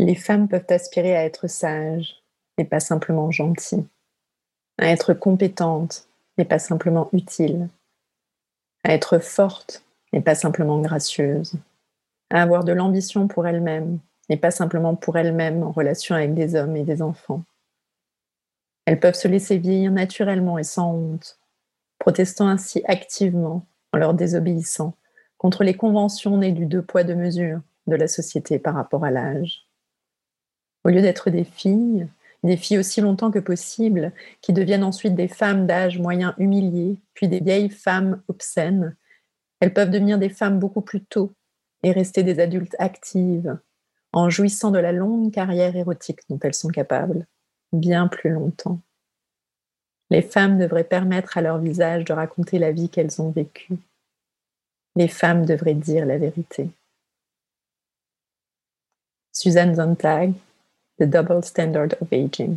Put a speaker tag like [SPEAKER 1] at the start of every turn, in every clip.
[SPEAKER 1] Les femmes peuvent aspirer à être sages, et pas simplement gentilles, à être compétentes, et pas simplement utiles, à être fortes, et pas simplement gracieuses, à avoir de l'ambition pour elles-mêmes, et pas simplement pour elles-mêmes en relation avec des hommes et des enfants. Elles peuvent se laisser vieillir naturellement et sans honte, protestant ainsi activement, en leur désobéissant, contre les conventions nées du deux poids deux mesures de la société par rapport à l'âge. Au lieu d'être des filles aussi longtemps que possible, qui deviennent ensuite des femmes d'âge moyen humiliées, puis des vieilles femmes obscènes, elles peuvent devenir des femmes beaucoup plus tôt et rester des adultes actives, en jouissant de la longue carrière érotique dont elles sont capables, bien plus longtemps. Les femmes devraient permettre à leur visage de raconter la vie qu'elles ont vécue. Les femmes devraient dire la vérité. Susan Sontag, The Double Standard of Aging.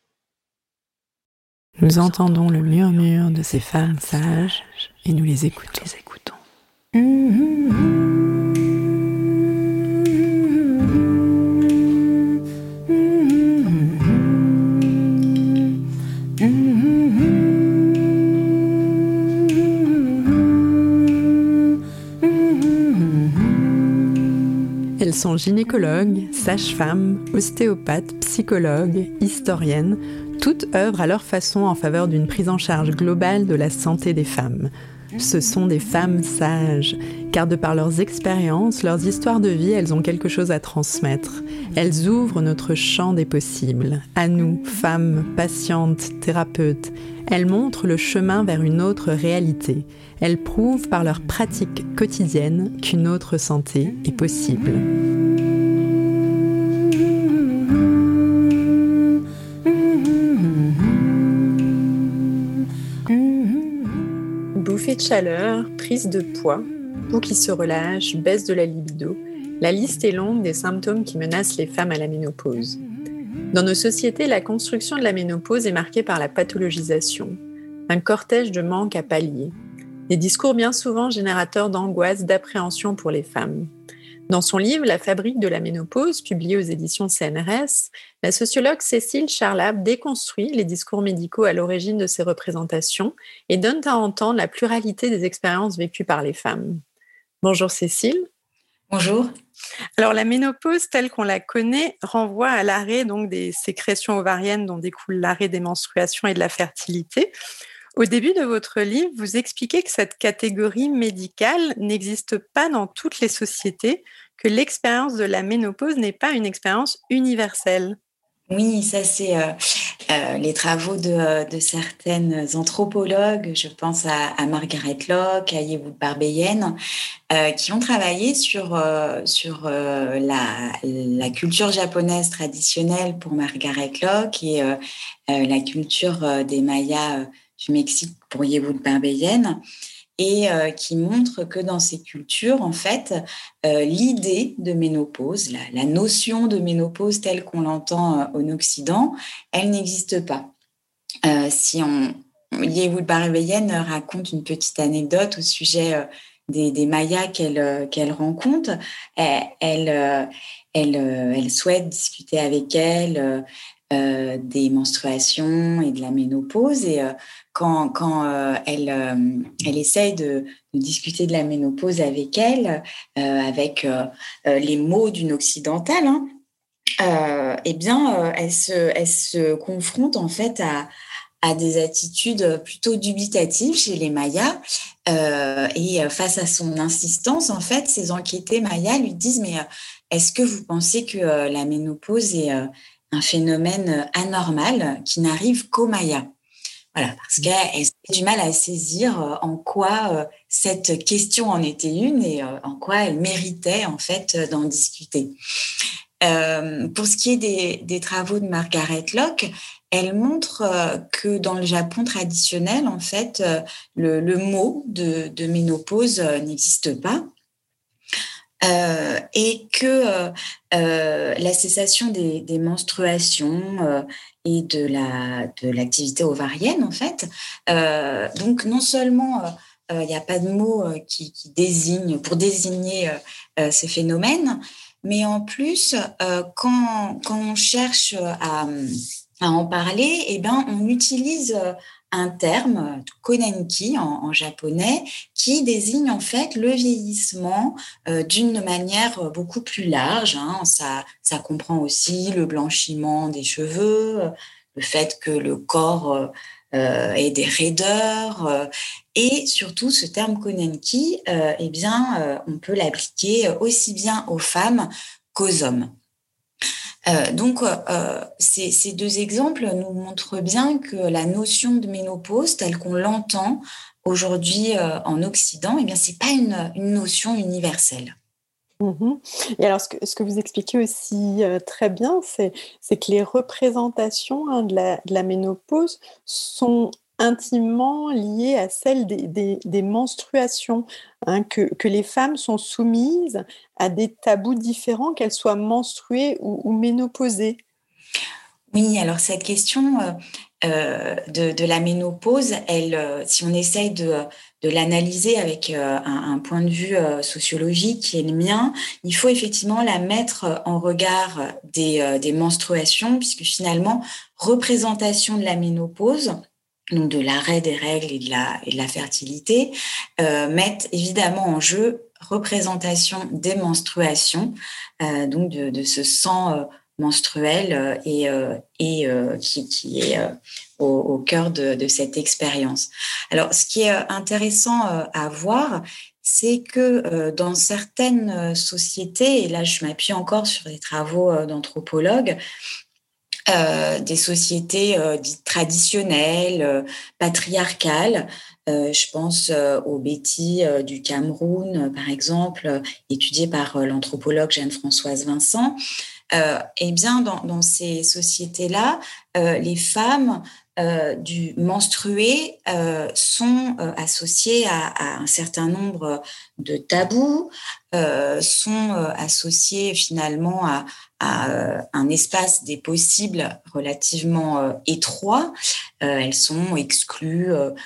[SPEAKER 2] Nous entendons le murmure de ces femmes sages et nous les écoutons. Elles sont gynécologues, sages-femmes, ostéopathes, psychologues, historiennes. Toutes œuvrent à leur façon en faveur d'une prise en charge globale de la santé des femmes. Ce sont des femmes sages, car de par leurs expériences, leurs histoires de vie, elles ont quelque chose à transmettre. Elles ouvrent notre champ des possibles. À nous, femmes, patientes, thérapeutes, elles montrent le chemin vers une autre réalité. Elles prouvent par leur pratique quotidienne qu'une autre santé est possible.
[SPEAKER 1] Bouffée de chaleur, prise de poids, peau qui se relâche, baisse de la libido, la liste est longue des symptômes qui menacent les femmes à la ménopause. Dans nos sociétés, la construction de la ménopause est marquée par la pathologisation, un cortège de manques à pallier, des discours bien souvent générateurs d'angoisse, d'appréhension pour les femmes. Dans son livre « La fabrique de la ménopause », publié aux éditions CNRS, la sociologue Cécile Charlap déconstruit les discours médicaux à l'origine de ces représentations et donne à entendre la pluralité des expériences vécues par les femmes. Bonjour Cécile.
[SPEAKER 3] Bonjour.
[SPEAKER 1] Alors la ménopause telle qu'on la connaît renvoie à l'arrêt donc, des sécrétions ovariennes dont découle l'arrêt des menstruations et de la fertilité. Au début de votre livre, vous expliquez que cette catégorie médicale n'existe pas dans toutes les sociétés, que l'expérience de la ménopause n'est pas une expérience universelle.
[SPEAKER 3] Oui, ça c'est les travaux de certaines anthropologues, je pense à Margaret Lock, à Yehoud Barbeyen, qui ont travaillé sur la culture japonaise traditionnelle pour Margaret Lock et la culture des Mayas du Mexique pour Yehoud Barbeyen, et qui montre que dans ces cultures, en fait, l'idée de ménopause, la notion de ménopause telle qu'on l'entend en Occident, elle n'existe pas. Yehoud Barbeyen raconte une petite anecdote au sujet des Mayas qu'elle rencontre. Elle souhaite discuter avec elle des menstruations et de la ménopause, et quand elle essaye de discuter de la ménopause avec elle, avec les mots d'une occidentale, elle se confronte en fait à des attitudes plutôt dubitatives chez les Mayas, et face à son insistance, en fait, ces enquêtés Mayas lui disent « Mais est-ce que vous pensez que la ménopause est un phénomène anormal qui n'arrive qu'aux Mayas ?» Voilà, parce qu'elle a du mal à saisir en quoi cette question en était une et en quoi elle méritait en fait d'en discuter. Pour ce qui est des travaux de Margaret Lock, elle montre que dans le Japon traditionnel, en fait, le mot de ménopause n'existe pas. Et que la cessation des menstruations et de l'activité ovarienne, en fait, donc non seulement il n'y a pas de mot qui désigne, pour désigner ce phénomène, mais en plus, quand on cherche à en parler, eh ben, on utilise un terme, konenki en japonais, qui désigne en fait le vieillissement d'une manière beaucoup plus large. Ça comprend aussi le blanchiment des cheveux, le fait que le corps ait des raideurs, et surtout ce terme konenki, eh bien, on peut l'appliquer aussi bien aux femmes qu'aux hommes. Ces deux exemples nous montrent bien que la notion de ménopause, telle qu'on l'entend aujourd'hui en Occident, eh bien, c'est pas une notion universelle.
[SPEAKER 2] Mmh. Et alors, ce que vous expliquez aussi très bien, c'est que les représentations de la ménopause sont intimement liées à celles des menstruations, hein, que les femmes sont soumises à des tabous différents, qu'elles soient menstruées ou ménopausées.
[SPEAKER 3] Oui, alors cette question de la ménopause, si on essaye de l'analyser avec un point de vue sociologique qui est le mien, il faut effectivement la mettre en regard des menstruations, puisque finalement, représentation de la ménopause, donc de l'arrêt des règles et de la fertilité, mettent évidemment en jeu représentation des menstruations, donc de ce sang menstruel qui est au cœur de cette expérience. Alors, ce qui est intéressant à voir, c'est que dans certaines sociétés, et là je m'appuie encore sur des travaux d'anthropologues, des sociétés dites traditionnelles, patriarcales. Je pense au Béti du Cameroun, par exemple, étudié par l'anthropologue Jeanne-Françoise Vincent. Eh bien, dans ces sociétés-là, les femmes du menstruées sont associées à un certain nombre de tabous, sont associées finalement à un espace des possibles relativement étroit. Elles sont exclues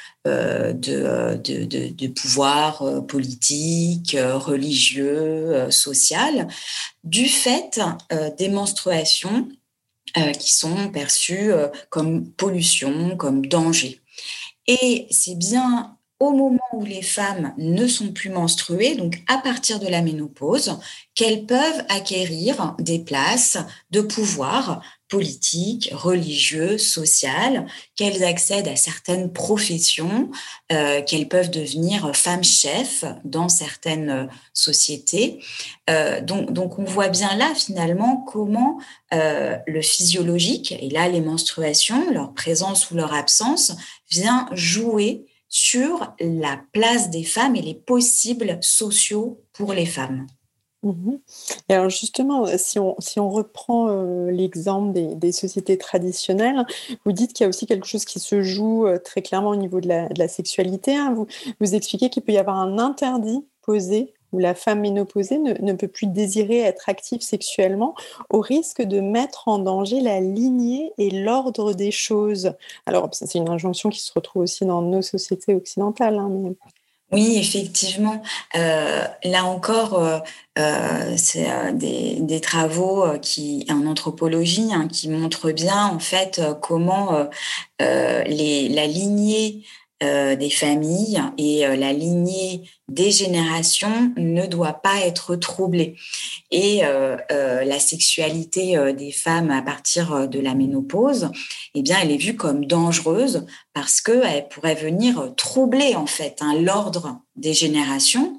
[SPEAKER 3] de pouvoirs politiques, religieux, social, du fait des menstruations qui sont perçues comme pollution, comme danger. Et c'est bien au moment où les femmes ne sont plus menstruées, donc à partir de la ménopause, qu'elles peuvent acquérir des places de pouvoir politique, religieux, social, qu'elles accèdent à certaines professions, qu'elles peuvent devenir femmes chefs dans certaines sociétés. Donc on voit bien là finalement comment le physiologique, et là les menstruations, leur présence ou leur absence, vient jouer sur la place des femmes et les possibles sociaux pour les femmes.
[SPEAKER 2] Mmh. Et alors justement, si on reprend l'exemple des sociétés traditionnelles, vous dites qu'il y a aussi quelque chose qui se joue très clairement au niveau de la sexualité, hein. Vous expliquez qu'il peut y avoir un interdit posé où la femme ménopausée ne peut plus désirer être active sexuellement, au risque de mettre en danger la lignée et l'ordre des choses. Alors, c'est une injonction qui se retrouve aussi dans nos sociétés occidentales, hein, mais...
[SPEAKER 3] Oui, effectivement. Là encore, c'est des travaux en anthropologie, hein, qui montrent bien en fait comment la lignée des familles et la lignée des générations ne doit pas être troublée. Et la sexualité des femmes à partir de la ménopause, eh bien, elle est vue comme dangereuse parce qu'elle pourrait venir troubler en fait l'ordre des générations.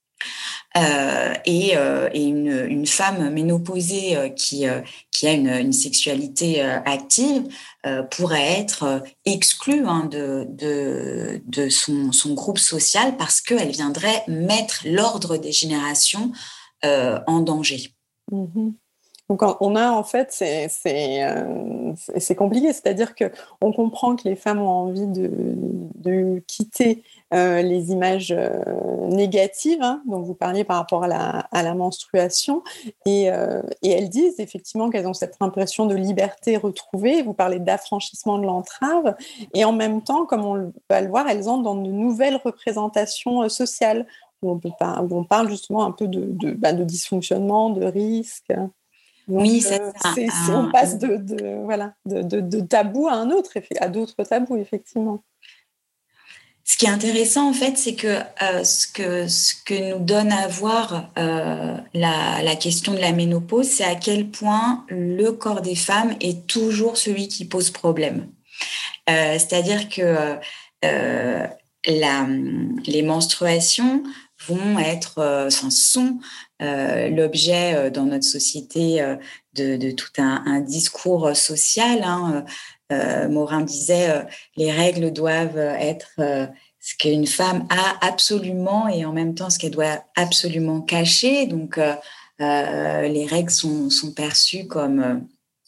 [SPEAKER 3] Et une femme ménopausée qui a une sexualité active pourrait être exclue de son groupe social parce qu'elle viendrait mettre l'ordre des générations en danger.
[SPEAKER 2] Mmh. Donc on a en fait, c'est compliqué, c'est-à-dire qu'on comprend que les femmes ont envie de quitter les images négatives, hein, dont vous parliez par rapport à la menstruation, et elles disent effectivement qu'elles ont cette impression de liberté retrouvée. Vous parlez d'affranchissement de l'entrave, et en même temps, comme on va le voir, elles entrent dans de nouvelles représentations sociales. où on parle justement un peu de dysfonctionnement, de risque. Donc,
[SPEAKER 3] oui, c'est ça.
[SPEAKER 2] On passe de tabou à à d'autres tabous, effectivement.
[SPEAKER 3] Ce qui est intéressant, en fait, c'est que ce que nous donne à voir la question de la ménopause, c'est à quel point le corps des femmes est toujours celui qui pose problème. C'est-à-dire que les menstruations sont l'objet dans notre société de tout un discours social. Morin disait les règles doivent être ce qu'une femme a absolument et en même temps ce qu'elle doit absolument cacher. Donc, les règles sont perçues comme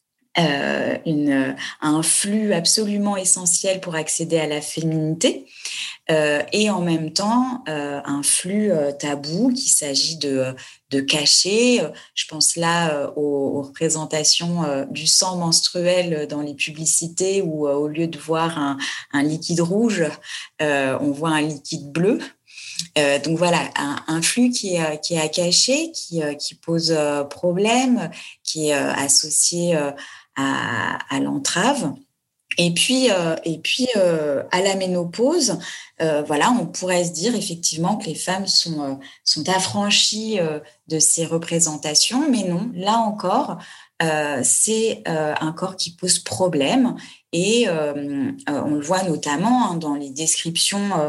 [SPEAKER 3] un flux absolument essentiel pour accéder à la féminité. Et en même temps un flux tabou qu'il s'agit de cacher. Je pense là aux représentations du sang menstruel dans les publicités où au lieu de voir un liquide rouge, on voit un liquide bleu. Donc voilà, un flux qui est à cacher, qui pose problème, qui est associé à l'entrave. Et puis à la ménopause, on pourrait se dire effectivement que les femmes sont affranchies de ces représentations, mais non, là encore, c'est un corps qui pose problème. Et on le voit notamment dans les descriptions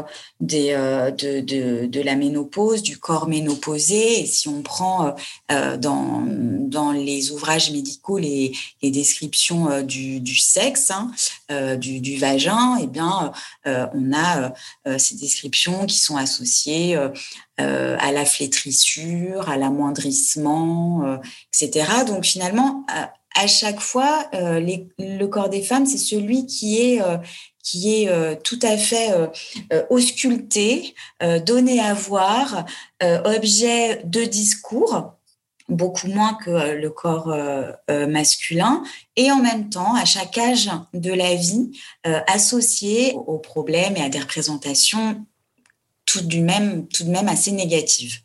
[SPEAKER 3] de la ménopause, du corps ménopausé. Et si on prend dans les ouvrages médicaux les descriptions du sexe, du vagin, eh bien, on a ces descriptions qui sont associées à la flétrissure, à l'amoindrissement, etc. Donc finalement, à chaque fois, le corps des femmes, c'est celui qui est tout à fait ausculté, donné à voir, objet de discours, beaucoup moins que le corps masculin, et en même temps, à chaque âge de la vie, associé aux problèmes et à des représentations tout de même assez négatives.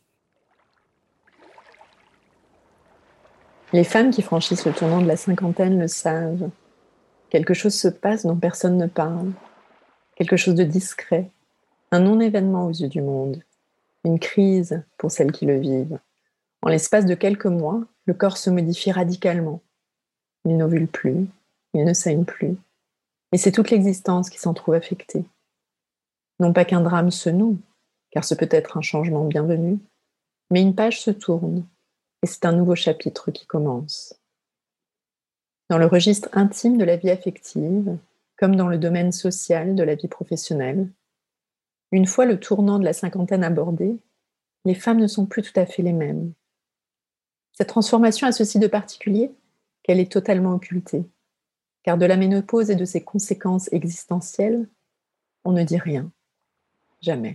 [SPEAKER 1] Les femmes qui franchissent le tournant de la cinquantaine le savent. Quelque chose se passe dont personne ne parle. Quelque chose de discret. Un non-événement aux yeux du monde. Une crise pour celles qui le vivent. En l'espace de quelques mois, le corps se modifie radicalement. Il n'ovule plus, il ne saigne plus. Et c'est toute l'existence qui s'en trouve affectée. Non pas qu'un drame se noue, car ce peut être un changement bienvenu, mais une page se tourne, et c'est un nouveau chapitre qui commence. Dans le registre intime de la vie affective, comme dans le domaine social de la vie professionnelle, une fois le tournant de la cinquantaine abordé, les femmes ne sont plus tout à fait les mêmes. Cette transformation a ceci de particulier qu'elle est totalement occultée, car de la ménopause et de ses conséquences existentielles, on ne dit rien, jamais.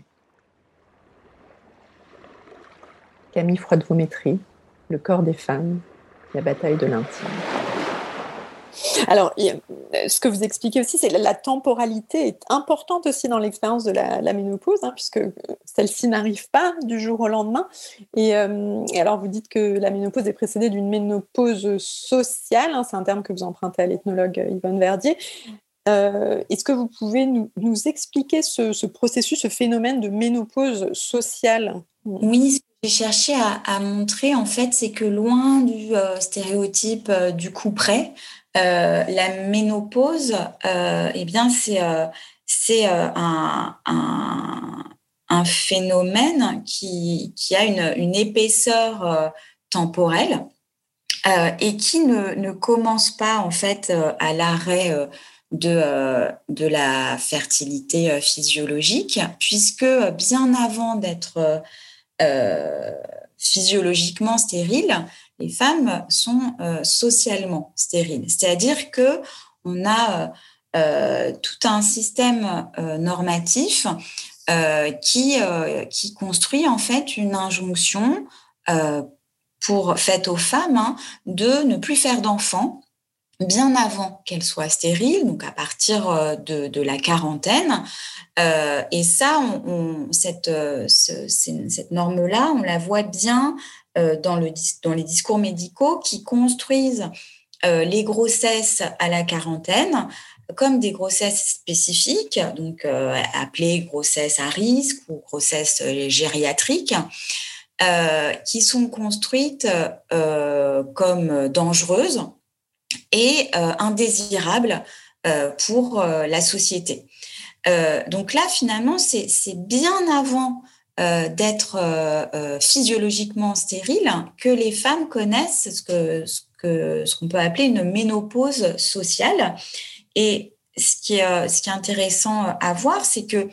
[SPEAKER 1] Camille Froide-Vaumétry, Le corps des femmes, la bataille de l'intime.
[SPEAKER 2] Alors, ce que vous expliquez aussi, c'est que la temporalité est importante aussi dans l'expérience de la ménopause, puisque celle-ci n'arrive pas du jour au lendemain. Et alors, vous dites que la ménopause est précédée d'une ménopause sociale, c'est un terme que vous empruntez à l'ethnologue Yvonne Verdier. Est-ce que vous pouvez nous expliquer ce processus, ce phénomène de ménopause sociale ?
[SPEAKER 3] Oui, ce que j'ai cherché à montrer, en fait, c'est que loin du stéréotype du coup près, la ménopause, c'est un phénomène qui a une épaisseur temporelle et qui ne commence pas en fait à l'arrêt de la fertilité physiologique, puisque bien avant d'être physiologiquement stériles, les femmes sont socialement stériles. C'est-à-dire qu'on a tout un système normatif qui construit en fait une injonction faite aux femmes de ne plus faire d'enfants bien avant qu'elle soit stérile, donc à partir de la quarantaine. Et ça, cette norme-là, on la voit bien dans les discours médicaux qui construisent les grossesses à la quarantaine comme des grossesses spécifiques, donc appelées grossesses à risque ou grossesses gériatriques, qui sont construites comme dangereuses et indésirables pour la société. Donc là, finalement, c'est bien avant d'être physiologiquement stérile que les femmes connaissent ce qu'on peut appeler une ménopause sociale. Et ce qui est intéressant à voir, c'est que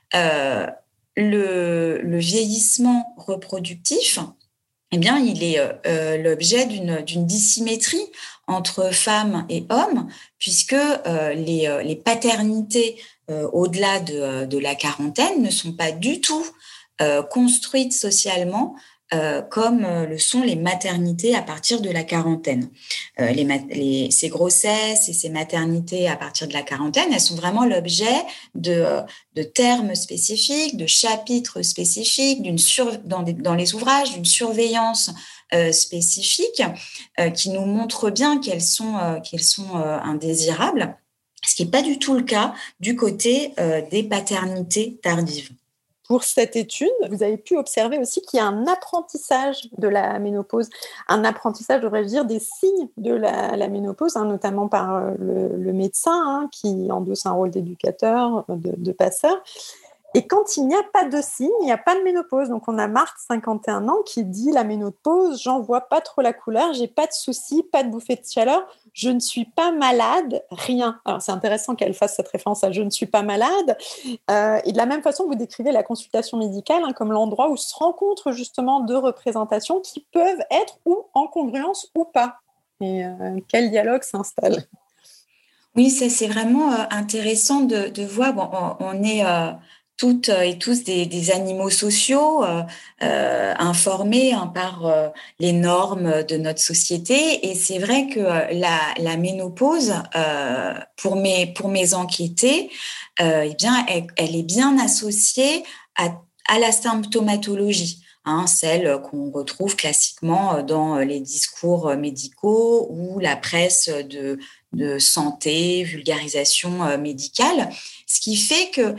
[SPEAKER 3] le vieillissement reproductif, eh bien, il est l'objet d'une dissymétrie entre femmes et hommes, puisque les paternités au-delà de la quarantaine ne sont pas du tout construites socialement comme le sont les maternités à partir de la quarantaine. Ces grossesses et ces maternités à partir de la quarantaine, elles sont vraiment l'objet de termes spécifiques, de chapitres spécifiques, dans les ouvrages, d'une surveillance spécifique qui nous montre bien qu'elles sont indésirables, ce qui n'est pas du tout le cas du côté des paternités tardives.
[SPEAKER 2] Pour cette étude, vous avez pu observer aussi qu'il y a un apprentissage de la ménopause, un apprentissage, devrais-je dire, des signes de la ménopause, notamment par le médecin qui endosse un rôle d'éducateur, de passeur. Et quand il n'y a pas de signe, il n'y a pas de ménopause. Donc, on a Marthe, 51 ans, qui dit la ménopause, j'en vois pas trop la couleur, j'ai pas de soucis, pas de bouffée de chaleur, je ne suis pas malade, rien. Alors, c'est intéressant qu'elle fasse cette référence à je ne suis pas malade. Et de la même façon, vous décrivez la consultation médicale comme l'endroit où se rencontrent justement deux représentations qui peuvent être ou en congruence ou pas. Et quel dialogue s'installe?
[SPEAKER 3] Oui, ça c'est vraiment intéressant de voir. Bon, on est toutes et tous des animaux sociaux informés par les normes de notre société. Et c'est vrai que la ménopause, pour mes enquêtés, eh bien, elle est bien associée à la symptomatologie. Celle qu'on retrouve classiquement dans les discours médicaux ou la presse de santé, vulgarisation médicale, ce qui fait que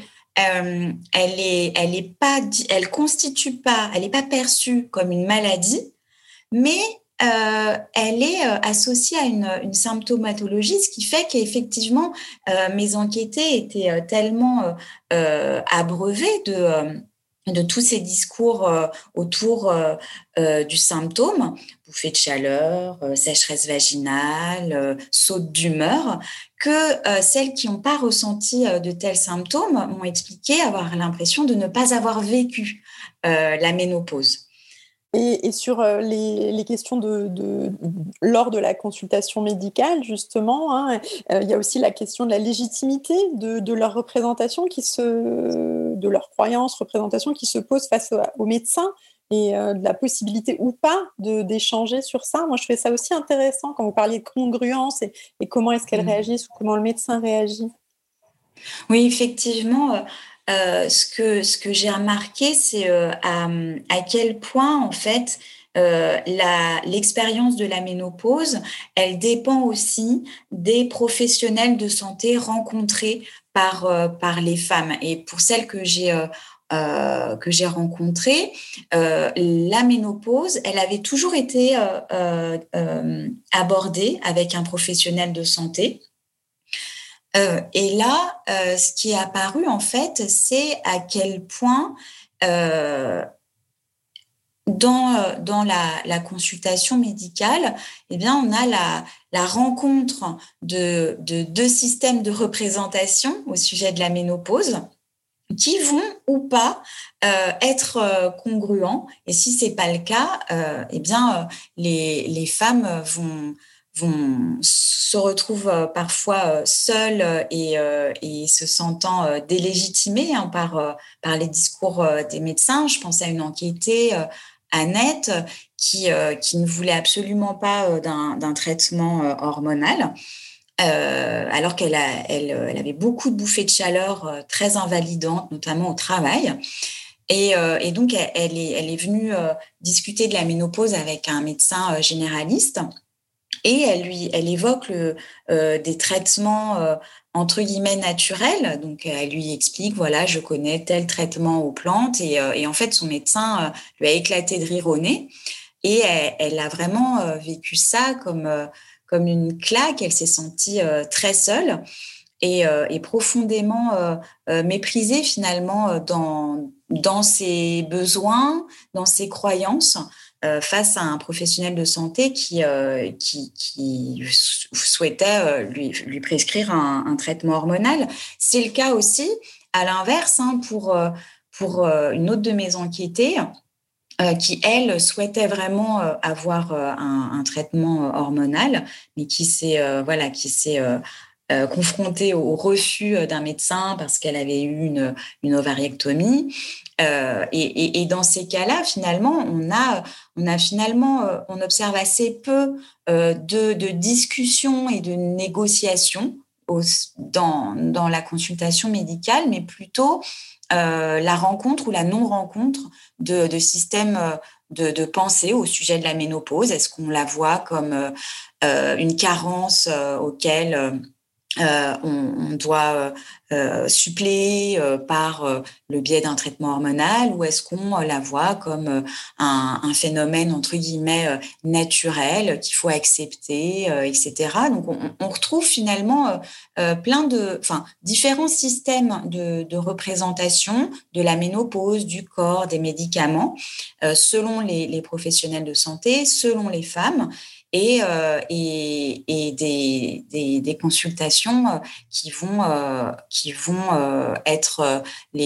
[SPEAKER 3] elle constitue pas, elle n'est pas perçue comme une maladie, mais elle est associée à une symptomatologie, ce qui fait qu'effectivement mes enquêtés étaient tellement abreuvés de tous ces discours autour du symptôme, bouffée de chaleur, sécheresse vaginale, saute d'humeur, que celles qui n'ont pas ressenti de tels symptômes m'ont expliqué avoir l'impression de ne pas avoir vécu la ménopause.
[SPEAKER 2] Et sur les questions lors de la consultation médicale, justement, il y a aussi la question de la légitimité de leur représentation, de leur croyance, représentation qui se pose face aux médecins et de la possibilité ou pas d'échanger sur ça. Moi, je trouvais ça aussi intéressant quand vous parliez de congruence et comment est-ce qu'elles réagissent ou comment le médecin réagit.
[SPEAKER 3] Oui, effectivement. Ce que j'ai remarqué, c'est à quel point, en fait, l'expérience de la ménopause, elle dépend aussi des professionnels de santé rencontrés par les femmes. Et pour celles que j'ai rencontrées, la ménopause, elle avait toujours été abordée avec un professionnel de santé. Et là, ce qui est apparu, en fait, c'est à quel point dans la consultation médicale, eh bien, on a la rencontre de deux systèmes de représentation au sujet de la ménopause qui vont ou pas être congruents. Et si c'est pas le cas, eh bien, les femmes vont se retrouvent parfois seules et se sentant délégitimées par les discours des médecins. Je pense à une enquêtée, Annette, qui ne voulait absolument pas d'un traitement hormonal. Alors qu'elle avait beaucoup de bouffées de chaleur très invalidantes, notamment au travail. Et donc, elle est venue discuter de la ménopause avec un médecin généraliste et elle évoque des traitements entre guillemets naturels. Donc, elle lui explique, voilà, je connais tel traitement aux plantes et en fait, son médecin lui a éclaté de rire au nez et elle a vraiment vécu ça comme une claque. Elle s'est sentie très seule et profondément méprisée finalement dans ses besoins, dans ses croyances, face à un professionnel de santé qui souhaitait lui prescrire un traitement hormonal. C'est le cas aussi, à l'inverse, hein, pour une autre de mes enquêtées, qui, elle, souhaitait vraiment avoir un traitement hormonal, mais qui s'est confrontée au refus d'un médecin parce qu'elle avait eu une ovariectomie. Et dans ces cas-là, finalement, on observe assez peu de discussions et de négociations dans la consultation médicale, mais plutôt la rencontre ou la non-rencontre de systèmes de pensée au sujet de la ménopause. Est-ce qu'on la voit comme une carence auquel on doit suppléer par le biais d'un traitement hormonal, ou est-ce qu'on la voit comme un phénomène entre guillemets naturel qu'il faut accepter, etc. Donc on retrouve finalement différents systèmes de représentation de la ménopause, du corps, des médicaments, selon les professionnels de santé, selon les femmes. Et des consultations qui vont être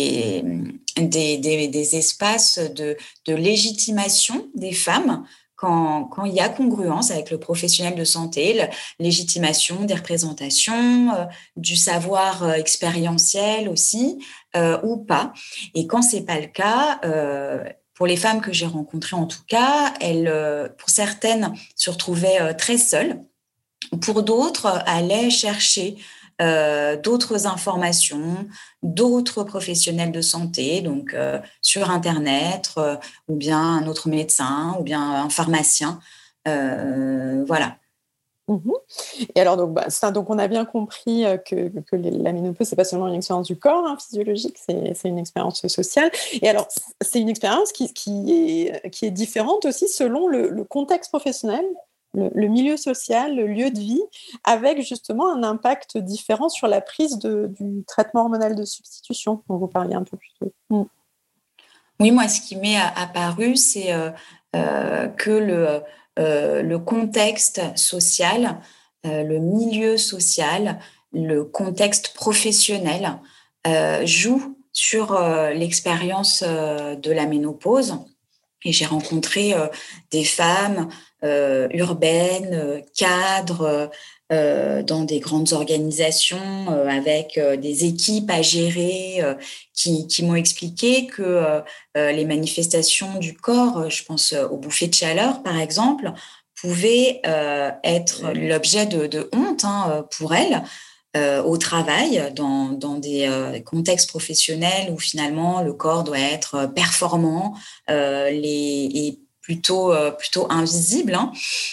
[SPEAKER 3] des espaces de légitimation des femmes quand il y a congruence avec le professionnel de santé, la légitimation des représentations, du savoir expérientiel aussi, ou pas. Et quand c'est pas le cas, pour les femmes que j'ai rencontrées, en tout cas, pour certaines, se retrouvaient très seules. Pour d'autres, allaient chercher d'autres informations, d'autres professionnels de santé, donc sur Internet, ou bien un autre médecin, ou bien un pharmacien. Voilà.
[SPEAKER 2] Mmh. Et alors, donc on a bien compris que la ménopause, c'est pas seulement une expérience du corps, hein, physiologique, c'est une expérience sociale. Et alors, c'est une expérience qui est différente aussi selon le contexte professionnel, le milieu social, le lieu de vie, avec justement un impact différent sur la prise du traitement hormonal de substitution dont vous parliez un peu plus tôt. Mmh.
[SPEAKER 3] Oui, moi, ce qui m'est apparu, c'est que le contexte social, le milieu social, le contexte professionnel joue sur l'expérience de la ménopause. Et j'ai rencontré des femmes urbaines, cadres, dans des grandes organisations avec des équipes à gérer qui m'ont expliqué que les manifestations du corps, je pense aux bouffées de chaleur par exemple, pouvaient être l'objet de honte pour elles au travail, dans des contextes professionnels où finalement le corps doit être performant et plutôt invisible. Hein.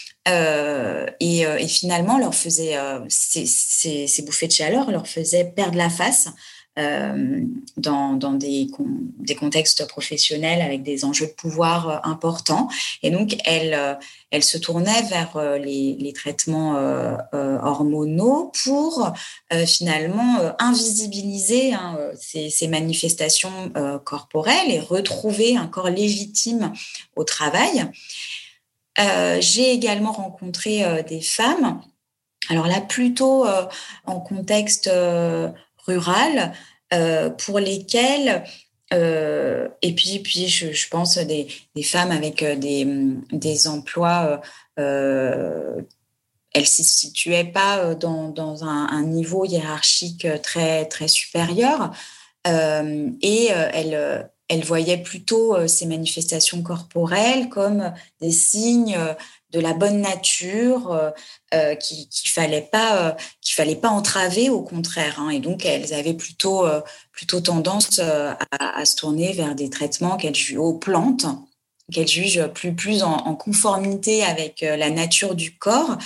[SPEAKER 3] Et finalement, ces bouffées de chaleur leur faisaient perdre la face dans des contextes professionnels avec des enjeux de pouvoir importants. Et donc, elle se tournait vers les traitements hormonaux pour finalement invisibiliser ces manifestations corporelles et retrouver un corps légitime au travail. J'ai également rencontré des femmes, alors là plutôt en contexte rural, pour lesquelles, et puis je pense des femmes avec des emplois, elles ne se situaient pas dans un niveau hiérarchique très, très supérieur, et elle voyait plutôt ces manifestations corporelles comme des signes de la bonne nature qu'il fallait pas entraver, au contraire. Hein. Et donc, elles avaient plutôt tendance à se tourner vers des traitements aux plantes qu'elles jugent plus en conformité avec la nature du corps.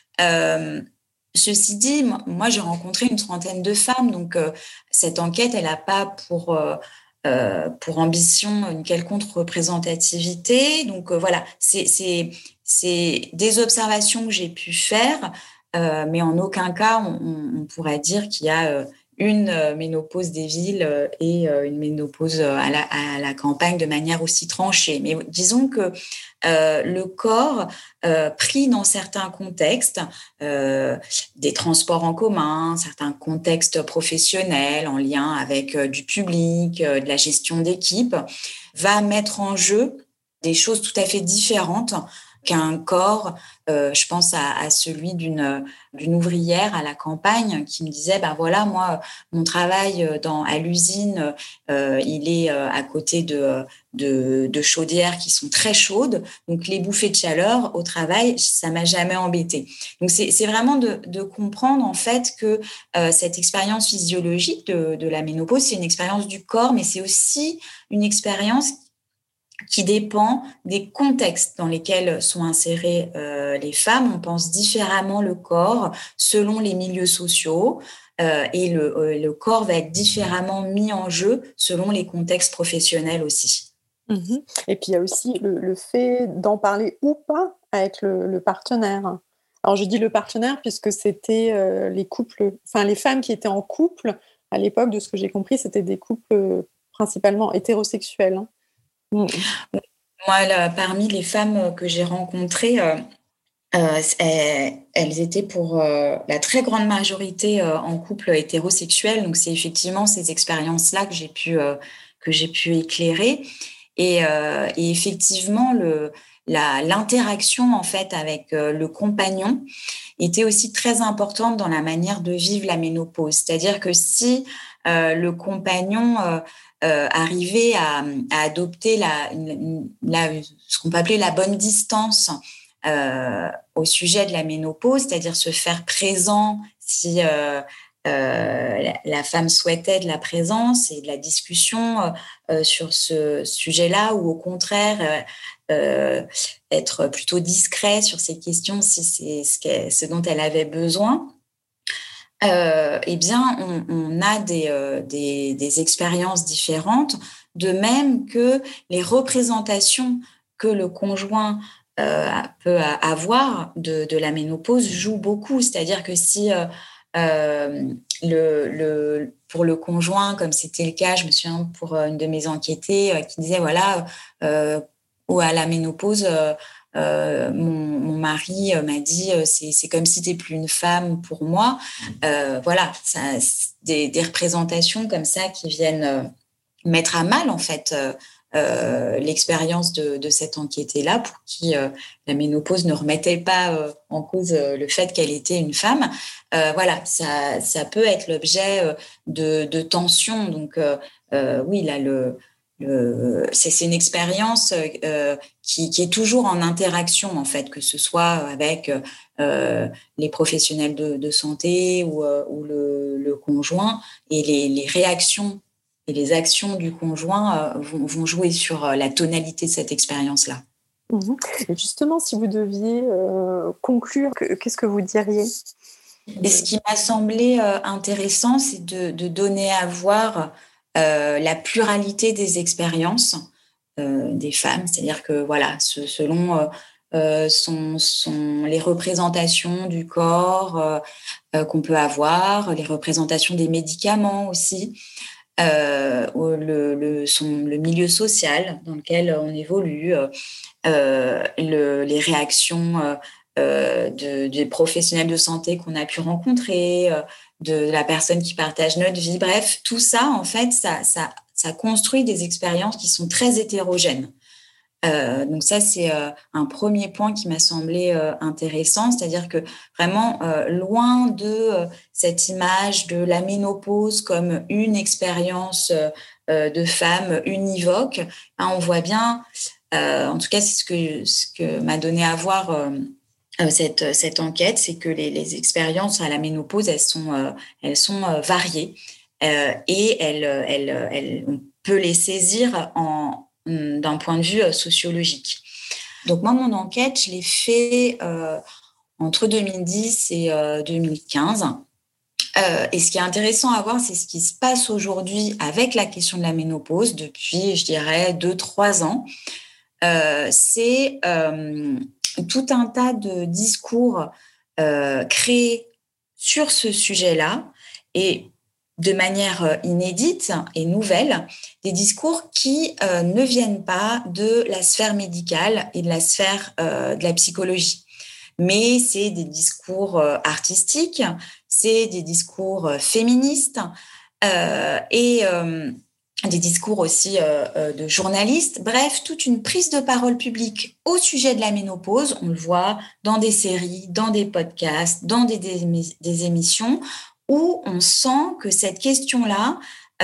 [SPEAKER 3] Ceci dit, moi, j'ai rencontré une trentaine de femmes, donc cette enquête, elle n'a pas pour ambition une quelconque représentativité. Donc voilà, c'est des observations que j'ai pu faire, mais en aucun cas on pourrait dire qu'il y a une ménopause des villes et une ménopause à la campagne de manière aussi tranchée. Mais disons que le corps, pris dans certains contextes, des transports en commun, certains contextes professionnels en lien avec du public, de la gestion d'équipe, va mettre en jeu des choses tout à fait différentes qu'un corps. Je pense à celui d'une ouvrière à la campagne qui me disait, ben voilà, moi, mon travail à l'usine, il est à côté de chaudières qui sont très chaudes. Donc, les bouffées de chaleur au travail, ça m'a jamais embêtée. Donc, c'est vraiment de comprendre, en fait, que cette expérience physiologique de la ménopause, c'est une expérience du corps, mais c'est aussi une expérience qui dépend des contextes dans lesquels sont insérées les femmes. On pense différemment le corps selon les milieux sociaux et le corps va être différemment mis en jeu selon les contextes professionnels aussi.
[SPEAKER 2] Mmh. Et puis il y a aussi le fait d'en parler ou pas avec le partenaire. Alors je dis le partenaire puisque c'était les couples, enfin les femmes qui étaient en couple à l'époque, de ce que j'ai compris, c'était des couples principalement hétérosexuels. Hein.
[SPEAKER 3] Moi, parmi les femmes que j'ai rencontrées, elles étaient pour la très grande majorité en couple hétérosexuel. Donc, c'est effectivement ces expériences-là que j'ai pu éclairer. Et effectivement, l'interaction en fait avec le compagnon était aussi très importante dans la manière de vivre la ménopause. C'est-à-dire que si le compagnon arrivait à adopter ce qu'on peut appeler la bonne distance au sujet de la ménopause, c'est-à-dire se faire présent si la femme souhaitait de la présence et de la discussion sur ce sujet-là, ou au contraire être plutôt discret sur ces questions si c'est ce dont elle avait besoin. Eh bien, on a des expériences différentes, de même que les représentations que le conjoint peut avoir de la ménopause jouent beaucoup. C'est-à-dire que si pour le conjoint, comme c'était le cas, je me souviens pour une de mes enquêtées qui disait, voilà, ou à la ménopause, mon mari m'a dit c'est comme si t'es plus une femme pour moi. Voilà, des représentations comme ça qui viennent mettre à mal en fait l'expérience de cette enquêtée-là, pour qui la ménopause ne remettait pas en cause le fait qu'elle était une femme. Voilà, ça peut être l'objet de tensions. Donc oui, là c'est une expérience qui est toujours en interaction en fait, que ce soit avec les professionnels de santé ou le conjoint, et les réactions et les actions du conjoint vont jouer sur la tonalité de cette expérience-là.
[SPEAKER 2] Mmh. Et justement, si vous deviez conclure, qu'est-ce que vous diriez ?
[SPEAKER 3] Et ce qui m'a semblé intéressant, c'est de donner à voir la pluralité des expériences des femmes. C'est-à-dire que voilà, selon sont les représentations du corps qu'on peut avoir, les représentations des médicaments aussi, le milieu social dans lequel on évolue, les réactions des professionnels de santé qu'on a pu rencontrer, de la personne qui partage notre vie. Bref, tout ça, en fait, ça construit des expériences qui sont très hétérogènes. Donc ça, c'est un premier point qui m'a semblé intéressant, c'est-à-dire que vraiment, loin de cette image de la ménopause comme une expérience de femme univoque, on voit bien, en tout cas, c'est ce que m'a donné à voir cette enquête, c'est que les expériences à la ménopause, elles sont variées et on peut les saisir d'un point de vue sociologique. Donc moi, mon enquête, je l'ai fait entre 2010 et 2015. Et ce qui est intéressant à voir, c'est ce qui se passe aujourd'hui avec la question de la ménopause depuis, je dirais, 2-3 ans. C'est tout un tas de discours créés sur ce sujet-là et de manière inédite et nouvelle, des discours qui ne viennent pas de la sphère médicale et de la sphère de la psychologie. Mais c'est des discours artistiques, c'est des discours féministes et des discours aussi de journalistes. Bref, toute une prise de parole publique au sujet de la ménopause. On le voit dans des séries, dans des podcasts, dans des émissions où on sent que cette question-là,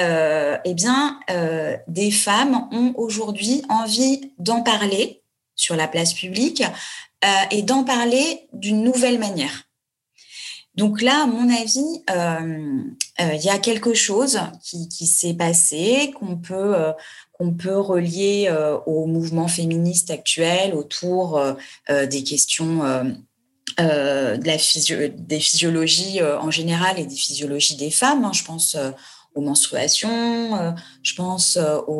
[SPEAKER 3] des femmes ont aujourd'hui envie d'en parler sur la place publique et d'en parler d'une nouvelle manière. Donc là, à mon avis, il y a quelque chose qui s'est passé, qu'on peut relier au mouvement féministe actuel autour des questions des physiologies en général et des physiologies des femmes. Je pense aux menstruations, je pense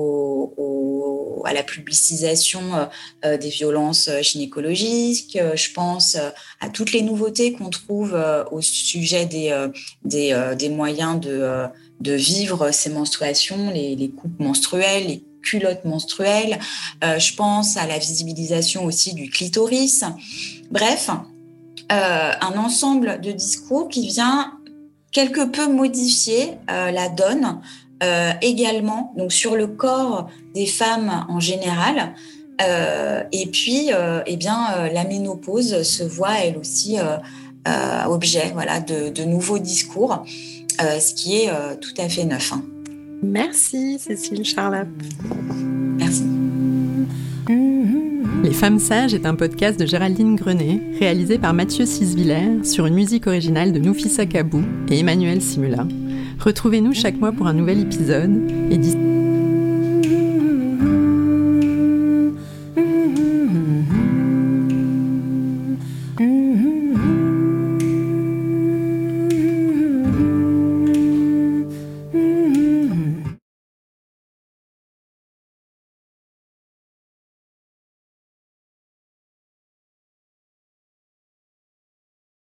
[SPEAKER 3] à la publicisation des violences gynécologiques, je pense à toutes les nouveautés qu'on trouve au sujet des moyens de vivre ces menstruations, les coupes menstruelles, les culottes menstruelles. Je pense à la visibilisation aussi du clitoris. Bref, un ensemble de discours qui vient quelque peu modifier la donne également, donc sur le corps des femmes en général. Et puis, la ménopause se voit elle aussi objet de nouveaux discours, ce qui est tout à fait neuf.
[SPEAKER 2] Merci Cécile Charlap.
[SPEAKER 3] Merci.
[SPEAKER 2] Les Femmes Sages est un podcast de Géraldine Grenet, réalisé par Mathieu Sisviller sur une musique originale de Noufissa Kabou et Emmanuel Simula. Retrouvez-nous chaque mois pour un nouvel épisode et